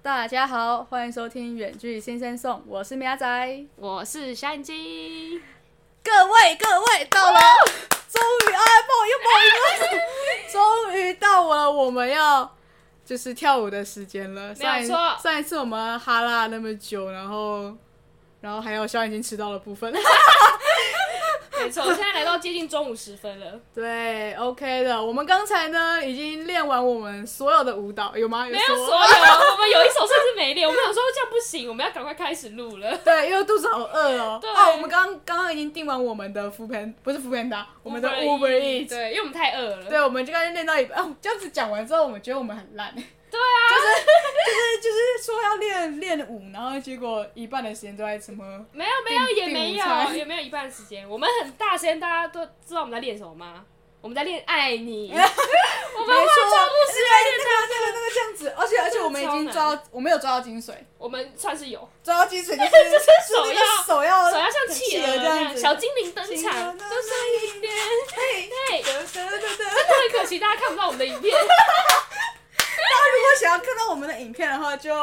大家好，欢迎收听远距新生颂，我是米亚仔， 我是小眼睛。 各位到了，终于又报应了，终于到了我们要就是跳舞的时间了。 没有错， 上一次我们哈拉那么久，然后还有小眼睛迟到的部分。 没错，现在来到接近中午时分了。 对 ，OK 的。我们刚才呢已经练完我们所有的舞蹈，有吗？ 没有所有，我们有一首甚至没练。我们想说这样不行，我们要赶快开始录了。 对，因为肚子好饿哦。 对啊，我们刚刚已经订完我们的不是Foodpanda，我们的 Uber Eats。 对，因为我们太饿了。 对，我们就刚才练到一半。哦，这样子讲完之后，我们觉得我们很烂。 对啊， 就是说要练舞，然后结果一半的时间都在什么？ 没有，也没有一半的时间。我们很大时间，大家都知道我们在练什么吗？我们在练爱你。我们花超多时间练那个这样子，而且我们已经我没有抓到精髓。 我们算是有抓到精髓， 就是手要像企鹅这样，小精灵登场，都是一边，嘿，真的很可惜，大家看不到我们的影片。 大家如果想要看到我们的影片的话，就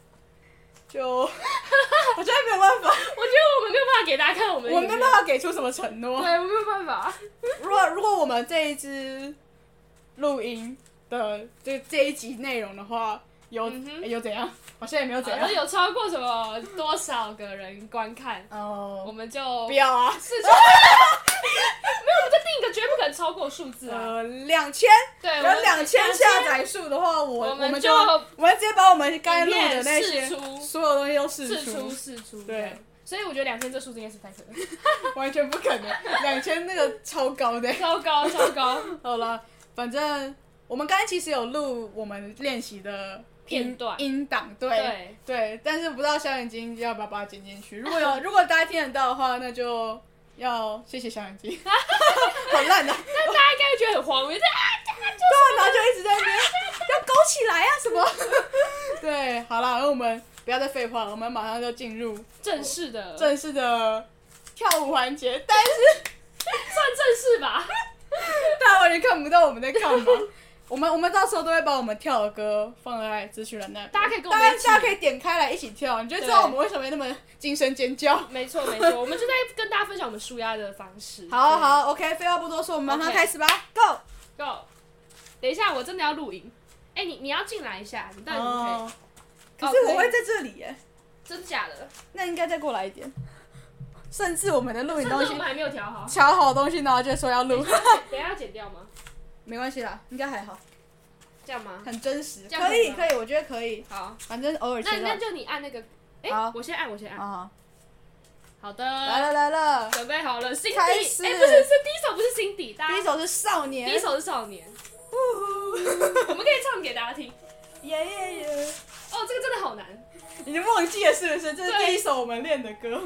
我觉得没有办法。 我觉得我们没有办法给大家看我们的影片， 我没有办法给出什么承诺。 对，我没有办法。 如果我们这一支录音的这一集内容的话，有怎样？好像也没有怎样。 有超过什么多少个人观看？我们就不要啊！ 没有，我们就定一个绝不可能超过数字啊。 2000， 对， 有2000下载数的话，我们就直接把我们刚才录的那些所有东西都释出。对， 所以我觉得2000这数字应该是不太可能， 完全不可能。2000那个超高的， 超高。 好了，反正我们刚才其实有录我们练习的片段音档，对，但是不知道小眼睛要不要把它剪进去。如果大家听得到的话，那就要谢谢小眼睛。好烂啊！ 但大家应该会觉得很荒谬， 对，然后就一直在那边要勾起来啊什么。对，好了，然后我们不要再废话了，我们马上就进入正式的跳舞环节，但是算正式吧。 大家完全看不到我们在干嘛。我们到时候都会把我们跳的歌放在资讯栏那边， 大家可以跟我们一起， 大家可以点开来一起跳，你就知道我们为什么那么惊声尖叫。 没错，我们就在跟大家分享我们抒压的方式。 好 ，OK， 废话不多说，我们马上开始吧 ，Go。 等一下，我真的要录影。你要进来一下，你到底可不可以？ 可是我会在这里耶。 真假的？ 那应该再过来一点。甚至我们的录影东西， 我们还没有调好， 调好东西，然后就说要录。 等一下要剪掉吗？ 没关系啦，应该还好。 这样吗？ 很真实，可以，我觉得可以。 好， 反正偶尔切到。 那就你按那个，我先按。好的。 来了。 准备好了，Cindy。 开始。 不是第一首不是 Cindy， 第一首是少年。 我们可以唱给大家听。 耶耶耶！ 哦，这个真的好难。 你就忘记了是不是？这是第一首我们练的歌。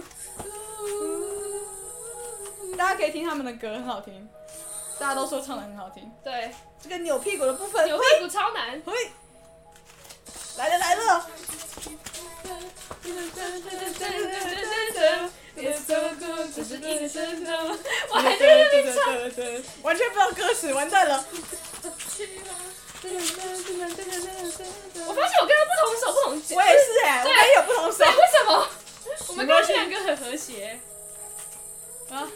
大家可以听他们的歌，很好听。大家都说唱得很好听。 对。 这个扭屁股的部分， 扭屁股超难。 来了。 我还在那边唱， 完全不知道歌词，完蛋了。 我发现我跟他不同手不同节。 我也是我跟你有不同手。 对，为什么？我们刚刚两个很和谐。 啊！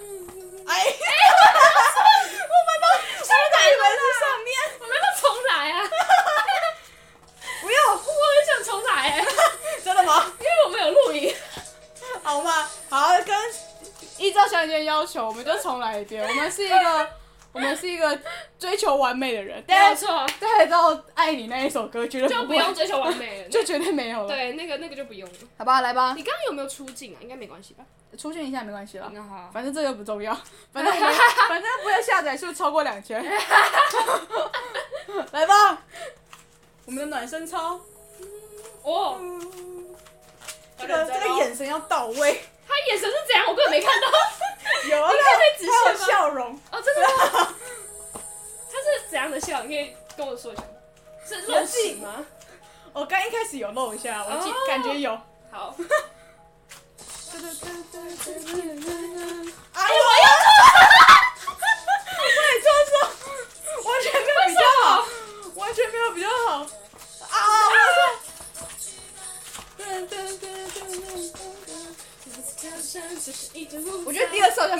以为是上面，我们要重来啊！ 不要， 我很想重来真的吗？ 因为我们有录影。 好嘛，好，依照小姐的要求，我们就重来一遍。我们是一个追求完美的人， 没有错。 大家知道《爱你》那一首歌，绝对就不用追求完美了， 就绝对没有了。 对，那个就不用了。 好吧，来吧。 你刚刚有没有出镜啊？应该没关系吧？ 出镜一下没关系了， 好， 反正这个不重要，反正不会下载数超过2000。来吧，我们的暖身操。这个眼神要到位。 他眼神是怎样？我根本没看到。 有啊，他有笑容。 哦，真的吗？他是怎样的笑？你可以跟我说一下。是露齿吗？ 我刚一开始有露一下，感觉有。 好。 哎呦！我要错！我也错，完全没有比较好，完全没有比较好。啊！我要错！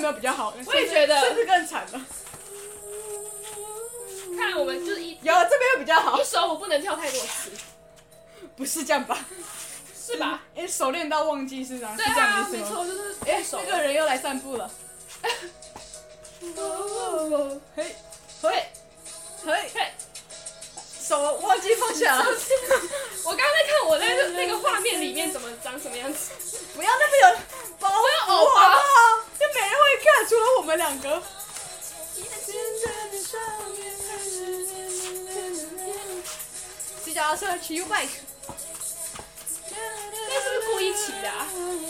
有比较好， 我也觉得甚至更惨了。 看来我们就是有这边又比较好一，首舞不能跳太多次， 不是这样吧？ 是吧？ 熟练到忘记是吗？ 对是这样啊， 的意思吗？ 没错，就是那个人又来散步了。嘿，嘿，嘿，手忘记放下了。 我刚刚在看我那个画面里面怎么长什么样子。 不要那边有保护好不好？就没人会看，除了我们两个。骑脚踏车，骑 U bike。 那是不是故意骑的啊？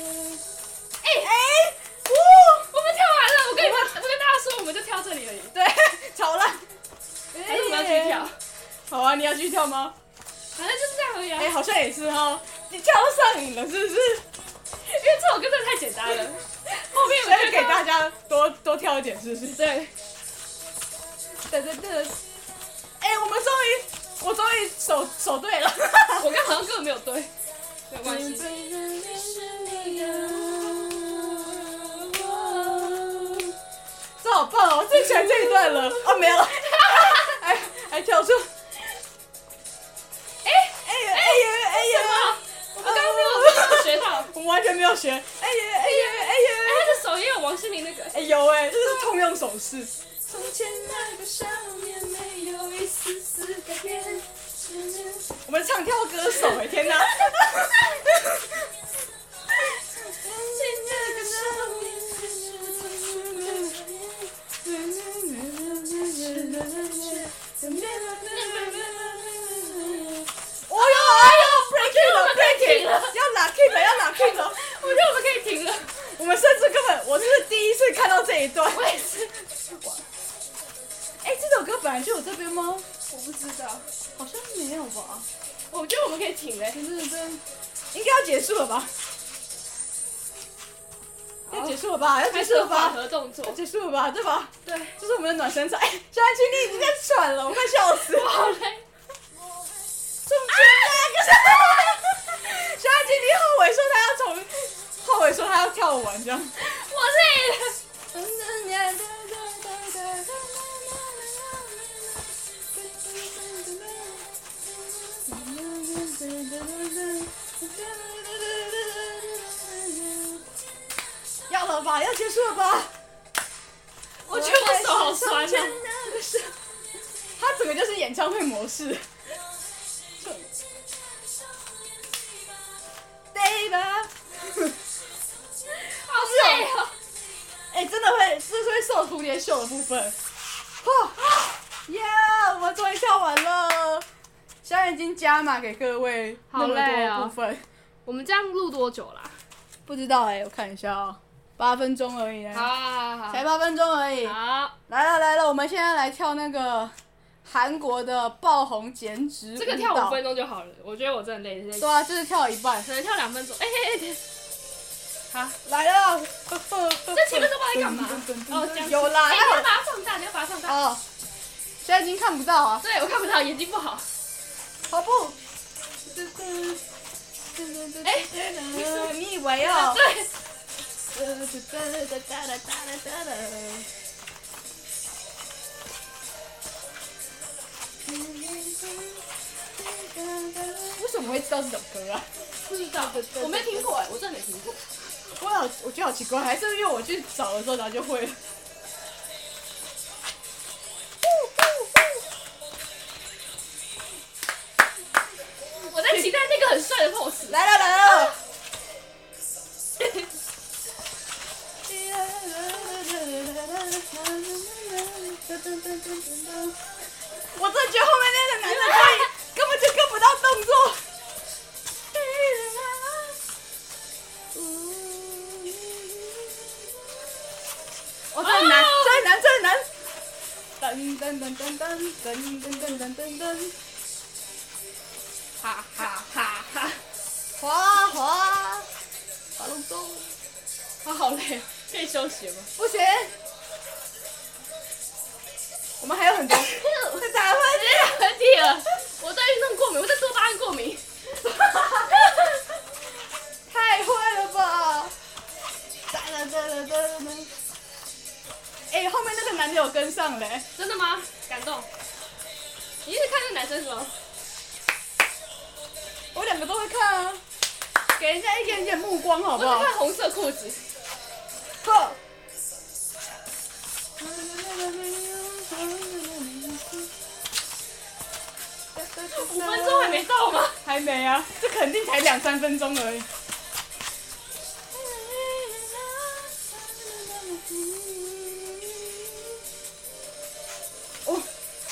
我们跳完了，我跟大家说，我们就跳这里而已。 对，超烂。 还是我们要继续跳？ 好啊，你要继续跳吗？ 反正就是这样而已啊。 好像也是哈。你跳到上瘾了，是不是？ 因为这首歌真的太简单了，后面所以给大家多跳一点，是不是？ 对。 我终于手对了。 我刚好像根本没有对，没有关系。 这好棒哦！我最喜欢这一段了。哦，没有了。还跳出。 什么？我们刚刚没有学到， 我完全没有学。 他的手也有王心凌那个。 这是通用手势。 从前那个少年没有一丝丝改变。 我们唱跳歌手天哪！breaking 了，要拿 keep 了，要拿 keep 了。 我觉得我们可以停了。 我们甚至我是第一次看到这一段。 我也是。 这首歌本来就有这边吗？ 我不知道， 好像没有吧。 我觉得我们可以停嘞。 应该要结束了吧？要结束了吧？要结束了吧？ 缓和动作。 结束了吧？对吧？ 对。 这是我们的暖身场。小安琪，你已经在喘了，我快笑死了。 好累。 小安琪，你后悔说他要跳舞完这样。 我累了。 要了吧？要结束了吧？ 我觉得我手好酸啊。 他整个就是演唱会模式。对吧？ 好累哦。 真的会，这是会受蝴蝶袖的部分。耶！我们终于跳完了。现在已经加码给各位那么多部分。 我们这样录多久啦？ 不知道我看一下哦，8分钟而已。 好， 才8分钟而已。 好， 来了，我们现在来跳那个韩国的爆红减脂舞蹈。 这个跳5分钟就好了，我觉得我真的累。 对啊，就是跳一半， 可能跳2分钟。好， 来了。 这前面都不知道在干嘛。哦，这样。 有啦。 你要把它放大，你要把它放大。 哦，现在已经看不到啊。 对，我看不到，眼睛不好。 跑步。你以为哦？ 对。 为什么会知道这首歌啊？ 不知道，我没听过我真的没听过。 我觉得好奇怪，还是因为我去找的时候然后就会了。 我在期待那个很帅的 pose。 来了。我真的觉得后面那个男的根本就跟不到动作。哦，这很难。噔。 哈哈哈哈！ 划龙舟。 他好累，可以休息了吗？ 不行。我们还有很多。再打分题了，我对运动过敏，我对多巴胺过敏。 太会了吧！ 上嘞。 真的吗？感动。你一直看那个男生是吗？ 我2个都会看啊，给人家一点点目光好不好？ 我只看红色裤子。 呵。 5分钟还没到吗？ 还没啊，这肯定才2-3分钟而已。哦，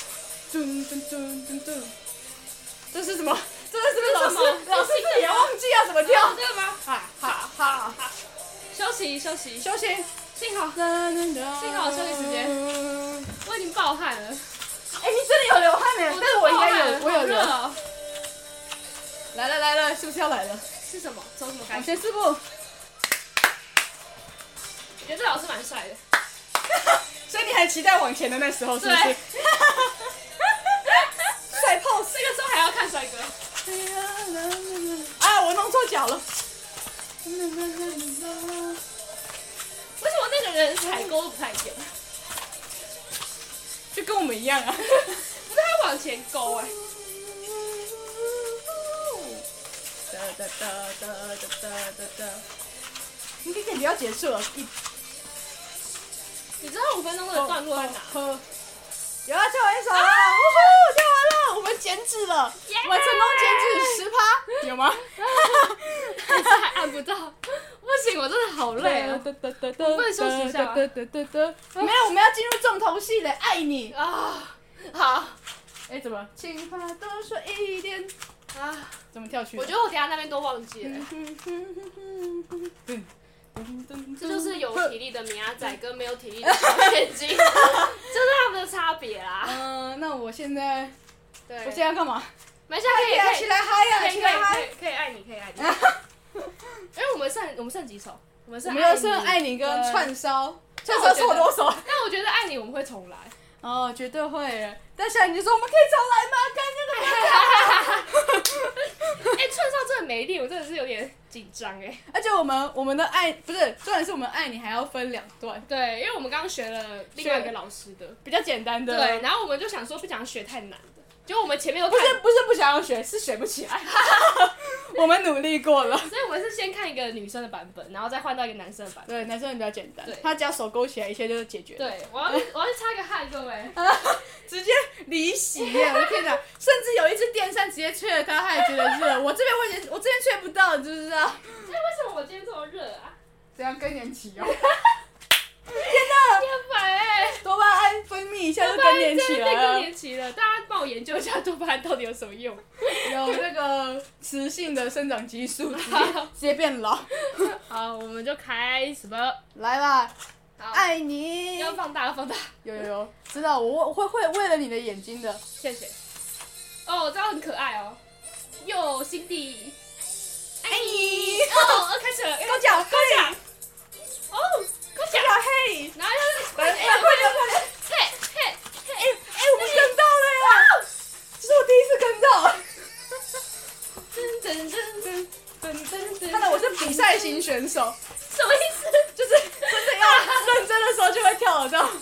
这是什么？这是不是老师也忘记要怎么跳？ 这个吗？ 哈哈哈！ 休息。 休息。 幸好休息时间。我已经爆汗了。 哎，你真的有流汗呢，但是我应该有，我有流。 哦、 来了，是不是要来了？ 是什么？从什么开始？ 我先4步。 我觉得这老师蛮帅的。 所以你很期待往前的那时候，是不是？帅 pose， 这个时候还要看帅哥。 啊，我弄错脚了。 为什么那个人踩勾都不太一样？ 就跟我们一样啊。 不是他往前勾哎。 你可以不要结束了。 你知道5分钟的段落在哪？ 有啊，跳完一首了，跳完了，我们减脂了，我们成功减脂10%，有吗？ 但是还按不到，不行，我真的好累啊！我不能休息一下吗？ 没有，我们要进入重头戏了，爱你啊！好， 哎，怎么？情话多说一点啊？怎么跳去？ 我觉得我等下那边都忘记了。这就是有体力的米亚仔跟没有体力的小眼睛，就是他们的差别啦。 那我现在， 对， 我现在要干嘛？ 没事，可以起来嗨呀，起来嗨！ 可以爱你。因为我们剩几首？我们又剩爱你跟串烧，串烧错多少？ 但我觉得爱你我们会重来。 哦，绝对会。但小你就说我们可以重来吗？干这个哎，串烧真的没力，我真的是有点紧张哎。 而且我们的爱不是，重点是我们爱你还要分2段。 对，因为我们刚刚学了另外一个老师的比较简单的。 对，然后我们就想说不想学太难的，结果我们前面都不是不想要学，是学不起来。我们努力过了， 所以我们是先看一个女生的版本，然后再换到一个男生的版本。 对，男生比较简单， 对， 他只要手勾起来，一切就是解决。 对，我要去擦个汗，各位。 直接离席耶！我的天哪，甚至有一只电扇直接吹了他，他也觉得热。我这边吹不到，你知不知道？ 为什么我今天这么热啊？ 怎样更年期哦？ 天哪！天白哎！ 多巴胺分泌一下就更年期了。 更年期了，大家帮我研究一下多巴胺到底有什么用？ 有那个雌性的生长激素，直接变老。 好，我们就开始吧。 来吧。爱你。 要放大。 有，知道我会为了你的眼睛的。 谢谢。哦，我知道很可爱哦。哟，辛迪，爱你。哦，开始了， 高脚。 哦，高脚嘿。 然后就是快点。 嘿。 我们跟到了呀！这是我第一次跟到。看来我是比赛型选手。 什么意思？ 就是真的要认真的时候就会跳得到。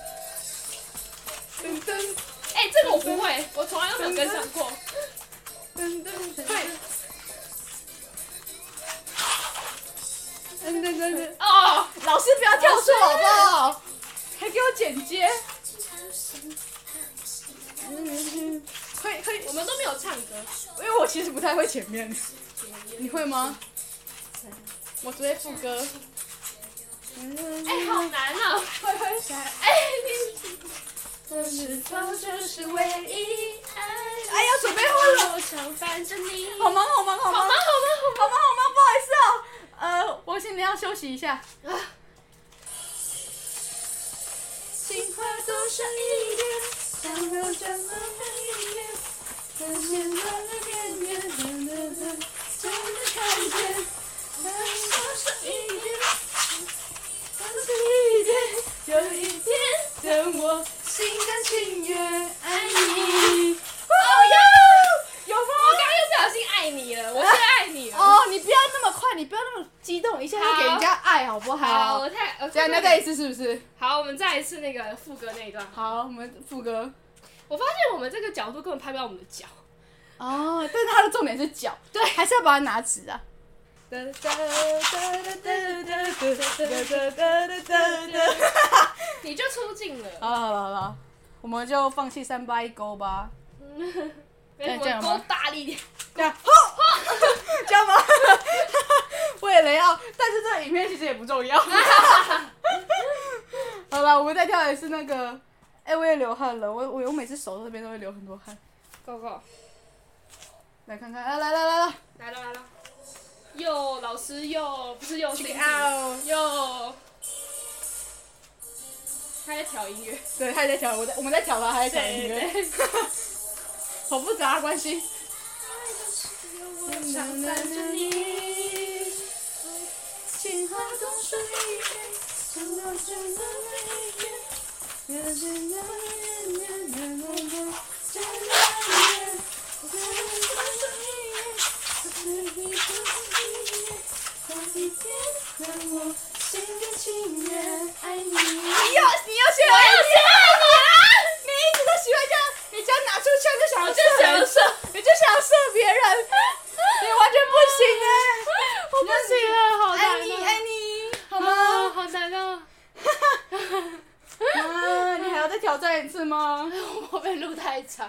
哎，这个我不会，我从来都没有跟上过。 哦，老师不要跳错好不好？还给我剪接。会， 我们都没有唱歌， 因为我其实不太会前面。你会吗？我只会副歌。 哎，好难哦！ 会。 哎，你。 我是否就是唯一爱？哎，要准备好了。好忙，不好意思哦。我现在要休息一下。情话多说一点，想留这么一点，看见了边缘，真的看见。多说一点，多说一点，有一天等我心甘情愿爱你。 哦哟，有吗？我刚刚又不小心爱你了，我现在爱你了。 哦，你不要那么快快，你不要那么激动，一下就给人家爱好不好？ 好，我这样再一次是不是？ 好，我们再一次那个副歌那一段。 好，我们副歌。 我发现我们这个角度根本拍不到我们的脚。 哦，但是它的重点是脚，对，还是要把它拿直啊。 你就出镜了。 好了，我们就放弃381勾吧。 这样吗？多大力点。 这样，这样吗？为了要，但是这个影片其实也不重要。好了，我们再跳一次那个。我也流汗了，我每次手这边都会流很多汗。 Go go。 来看看，来了。 又老师又不是又是又。他在调音乐。 对，他在调，我们在调他，他在调音乐。好复杂的关系。想带着你，情话总说一遍，想到真的每一天，热情的恋恋的梦中，真的爱恋，我总说一遍，我对你说一遍，有一天让我心甘情愿爱你。你又学爱你啊！你一直都喜欢这样，你只要拿出枪就想要射，你就想要射别人，你完全不行我不行了，好难哦。 爱你，好吗？ 好难哦。 你还要再挑战一次吗？ 我被录太长。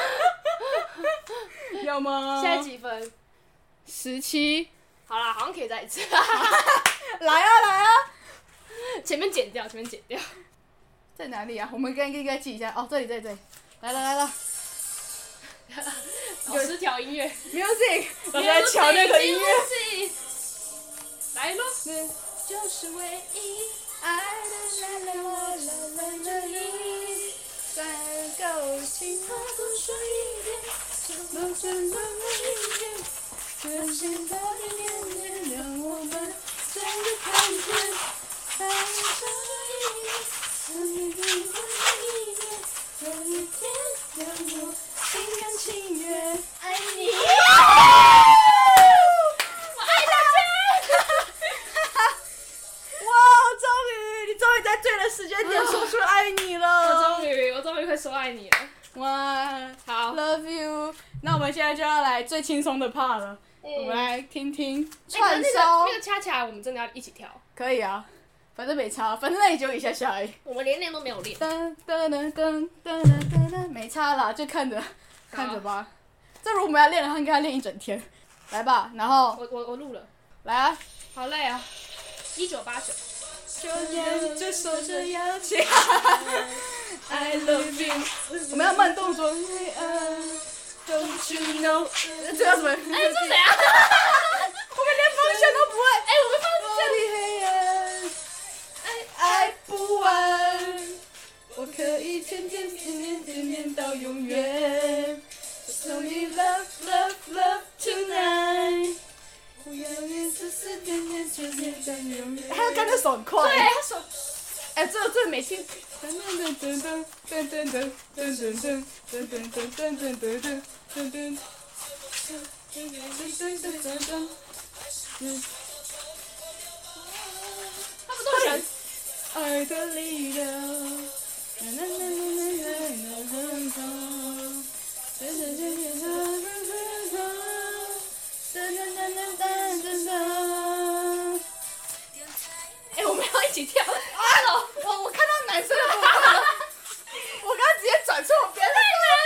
要吗？ 现在几分 ？17。 好啦，好像可以再一次。 来啊！ 前面剪掉。 在哪里啊？我们应该记一下。哦，这里。来了。 老师调音乐 ，music， 老师在调那个音乐。 来咯。 就是唯一爱的我了你，三够情话多说一遍，想到真的每一天，真心的念念，让我们真的看见，爱上一年，想你的一年，有一天让我心甘情愿爱你。在对的时间点说出爱你了， 我终于会说爱你了。 哇， 好 ，Love you。那我们现在就要来最轻松的 part 了，我们来听听串烧。 那个恰恰我们真的要一起跳。 可以啊，反正没差，反正那也就一下下而已。 我们连练都没有练。 没差啦，就看着吧。这如果我们要练的话，应该要练一整天。来吧，然后我录了。 来啊！ 好累啊！1989。 就念这首这样情 I love you。我们要慢动作。Don't you know？ 这叫什么？ 这是谁啊？ 我们连方向都不会。 我们放这里。 黑暗，爱不完。我可以天天到永远。So me love tonight。不要连丝丝点点就念到永远。他要干的手很快。 对，他手。 这没听。 他不动人。 爱的力量。 我们要一起跳。 我看到男生的部分了，我刚刚直接转错边了。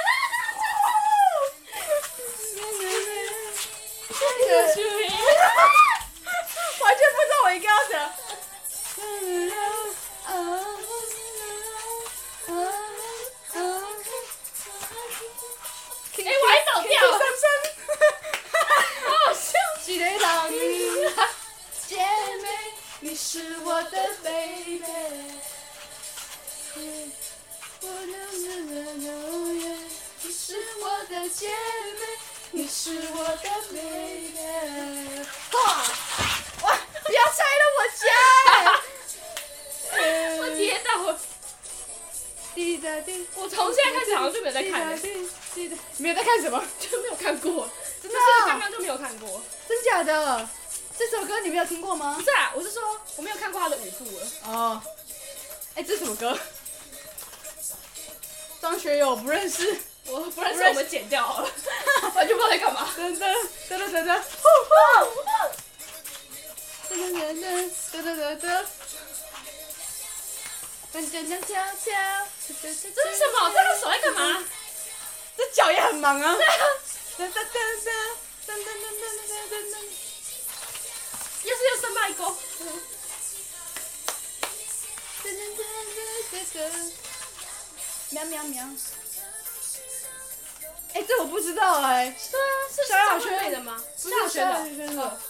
完全不知道我应该要怎样。 我还倒掉了。 好好笑。记得让你姐妹，你是我的 baby。我能永远，你是我的姐妹，你是我的 baby。哇！不要拆了我家！ 我跌倒了。我从现在开始好像就没有在看了。 没有在看什么？ 就没有看过， 真的刚刚就没有看过。 真假的？ 这首歌你没有听过吗不？是啊，我是说我没有看过他的舞步了。 哦，哎，这什么歌？张学友不认识。 我不认识，我们剪掉好了，完全不知道在干嘛。 噔噔噔噔噔噔，呼呼，噔噔噔噔噔噔噔噔。噔噔噔跳跳，这是这是什么？这个手在干嘛？ 这脚也很忙啊。噔噔噔噔噔噔噔噔噔噔噔。 又升麦勾。 噔噔噔噔噔噔。喵喵喵。哎，这我不知道哎。 对啊，是萧亚轩的吗？ 不萧亚是萧亚轩轩的。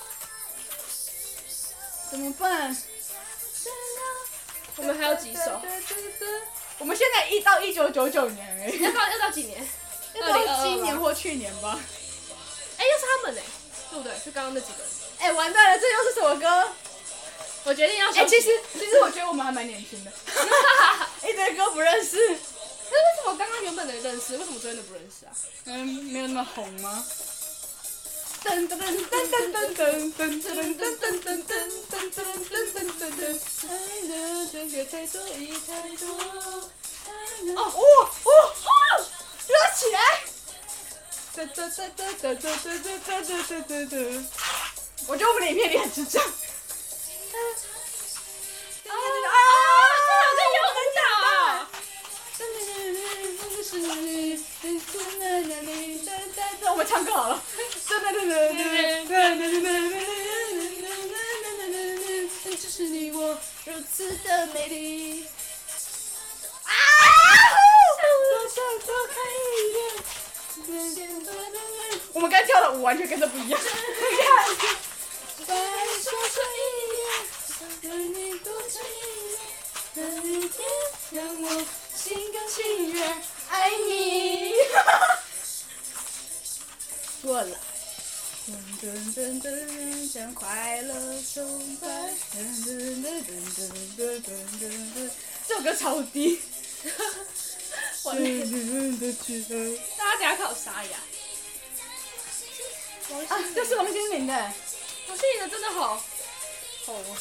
怎么办？ 我们还有几首？ 我们现在到1999年哎。 要到几年？ 要到今年或去年吧。 哎，又是他们哎，对不对？是刚刚那几个人。 哎，完蛋了，这又是什么歌？ 我决定要休息。 哎，其实我觉得我们还蛮年轻的。一堆歌不认识。 可是为什么刚刚原本的认识，为什么昨天的不认识啊？ 没有那么红吗？噔噔噔噔噔噔噔噔噔噔噔噔噔噔噔噔噔噔。爱的真的太多太多。热起来！噔噔噔噔噔噔噔噔噔噔噔。我觉得我们的影片里很智障。我们唱歌好了。只是你我如此的美丽。啊！多看一眼。我们刚才跳的舞完全跟这不一样。再说一遍，为你多唱一遍，那一天让我心甘情愿爱你。过来。噔噔噔噔，向快乐崇拜。噔噔噔噔噔噔噔噔噔，这首歌超低。 大家等下看我沙哑。 啊，这是王心凌的。 王心凌的真的好红啊。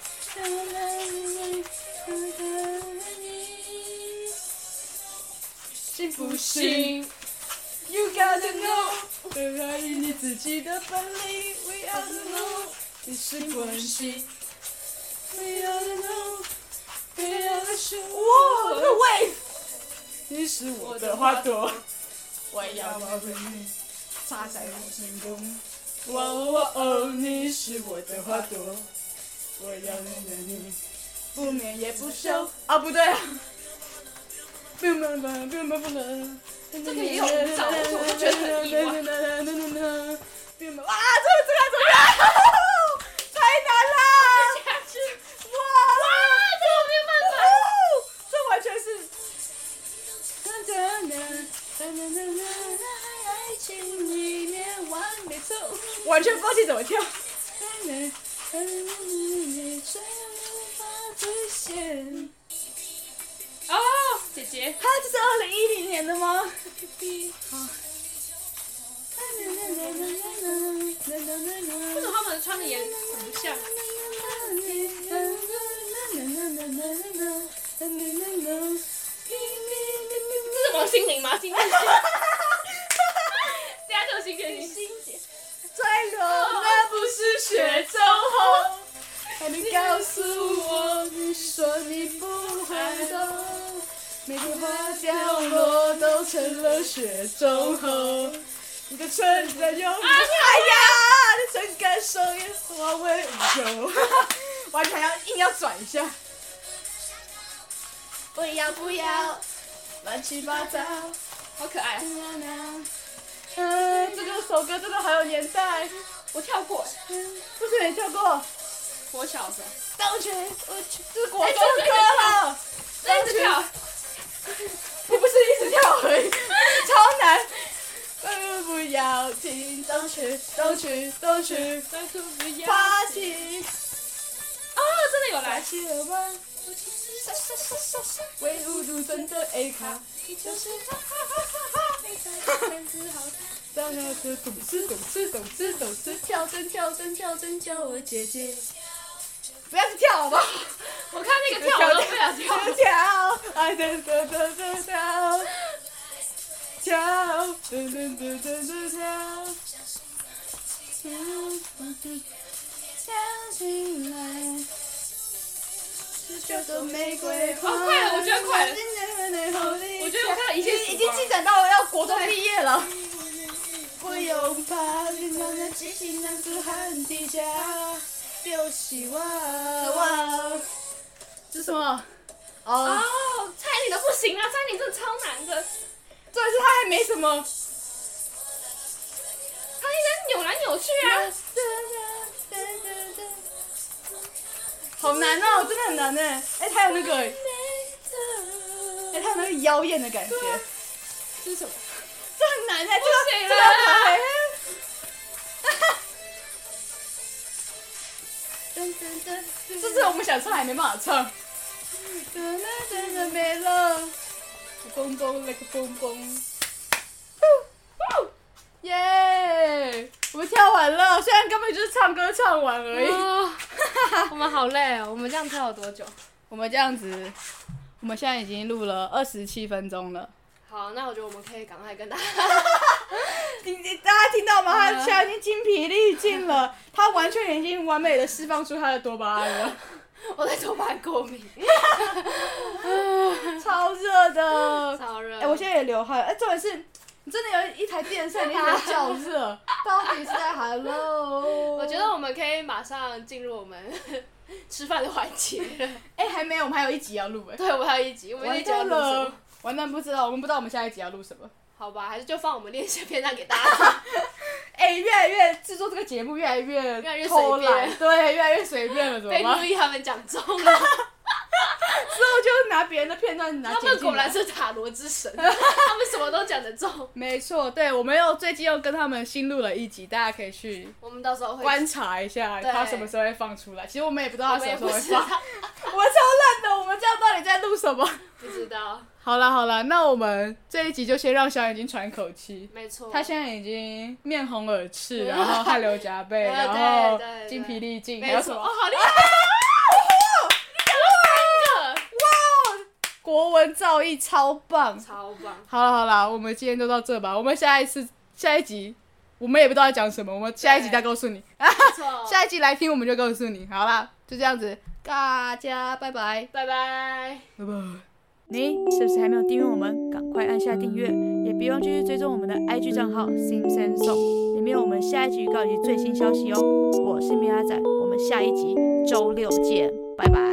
信不信 ？You gotta know， 热爱你自己的本领。We all know， 你是关系。We all know，We all know。哇，这喂！你是我的花朵，我要保护你，插在我心中。哇哦哦，你是我的花朵，我要拥有你，不眠也不休。啊，不对啊。不能。 这个也有舞蹈，我就觉得很意外。 啊，这个怎么样？太难了！哇， 这我没有办法。 这完全是。爱情里面完美错误，完全放弃怎么跳。 哦，姐姐。 它这是2010年的吗？ 为什么他们穿的也很不像？这是王心凌吗？今天。等下这个心姐。 坠落那不是雪中红，还能告诉我，你说你不会懂，每个花掉落都成了雪中红，你的存在永远。哎呀，你真感受也化为乌有，完全硬要转一下。不要，乱七八糟， 好可爱。 这个首歌真的好有年代， 我跳过。 不是你跳过？ 我小时候。 动群，这是国中歌了。 一直跳。 你不是一直跳而已，超难。不要停，动群， 拜托不要。 party。 哦，真的有来。 起了吗？为无独真的 A 卡，就是哈哈哈哈哈。当然是动次跳真叫我姐姐。不要去跳好不好？ 我看那个跳我都不想跳。 跳，哎跳，跳进来。叫做玫瑰花。 快了，我觉得快了。我觉得我看到一切已经进展到要国中毕业了。不用怕，平常的激情男子汉底下，流起哇哇。这是什么？ 哦，蔡依林的不行啊，蔡依林真的超难的。 重点是他还没什么。 他一直扭来扭去啊。 好难哦，真的很难哎！哎，他有那个，他有那个妖艳的感觉。 这是什么？ 这很难哎， 这个哈这是我们想唱还没办法唱。真的没了，蹦蹦那个蹦蹦。耶！我们跳完了，虽然根本就是唱歌唱完而已。 我们好累哦，我们这样跳了多久？ 我们这样子，我们现在已经录了27分钟了。 好，那我觉得我们可以赶快跟大家。 大家听到吗？他现在已经精疲力尽了，他完全已经完美的释放出他的多巴胺了。 我对多巴胺过敏。 超热的。 超热。 哎，我现在也流汗。哎，重点是。你真的有一台电扇，你一直在叫热，到底是在 hello？ 我觉得我们可以马上进入我们吃饭的环节。 哎，还没有，我们还有一集要录哎。 对，我们还有一集，我们一集要录什么？ 完蛋，不知道，我们不知道我们下一集要录什么。 好吧，还是就放我们练习片段给大家看。 哎，越来越制作这个节目越来越随便， 对，越来越随便了，怎么办？ 被路易他们讲中了。 之后就拿别人的片段拿剪进来。 他们果然是塔罗之神，他们什么都讲得中。 没错，对，我们最近又跟他们新录了一集，大家可以去。 我们到时候会观察一下他什么时候会放出来。其实我们也不知道他什么时候会放。我们超烂的，我们这样到底在录什么？ 不知道。 好啦，那我们这一集就先让小眼睛喘口气。 没错。他现在已经面红耳赤，然后汗流浃背，然后精疲力尽，还有什么？ 哦，好厉害！ 国文造诣超棒， 超棒。 好了，我们今天就到这吧。我们下一集，我们也不知道要讲什么，我们下一集再告诉你。 没错。 下一集来听我们就告诉你。好啦，就这样子，大家拜拜， 拜拜， 拜拜。你是不是还没有订阅我们？赶快按下订阅，也别忘继续追踪我们的 IG 账号 Sims and Song， 里面有我们下一集预告以及最新消息哦。我是米拉仔，我们下一集周六见，拜拜。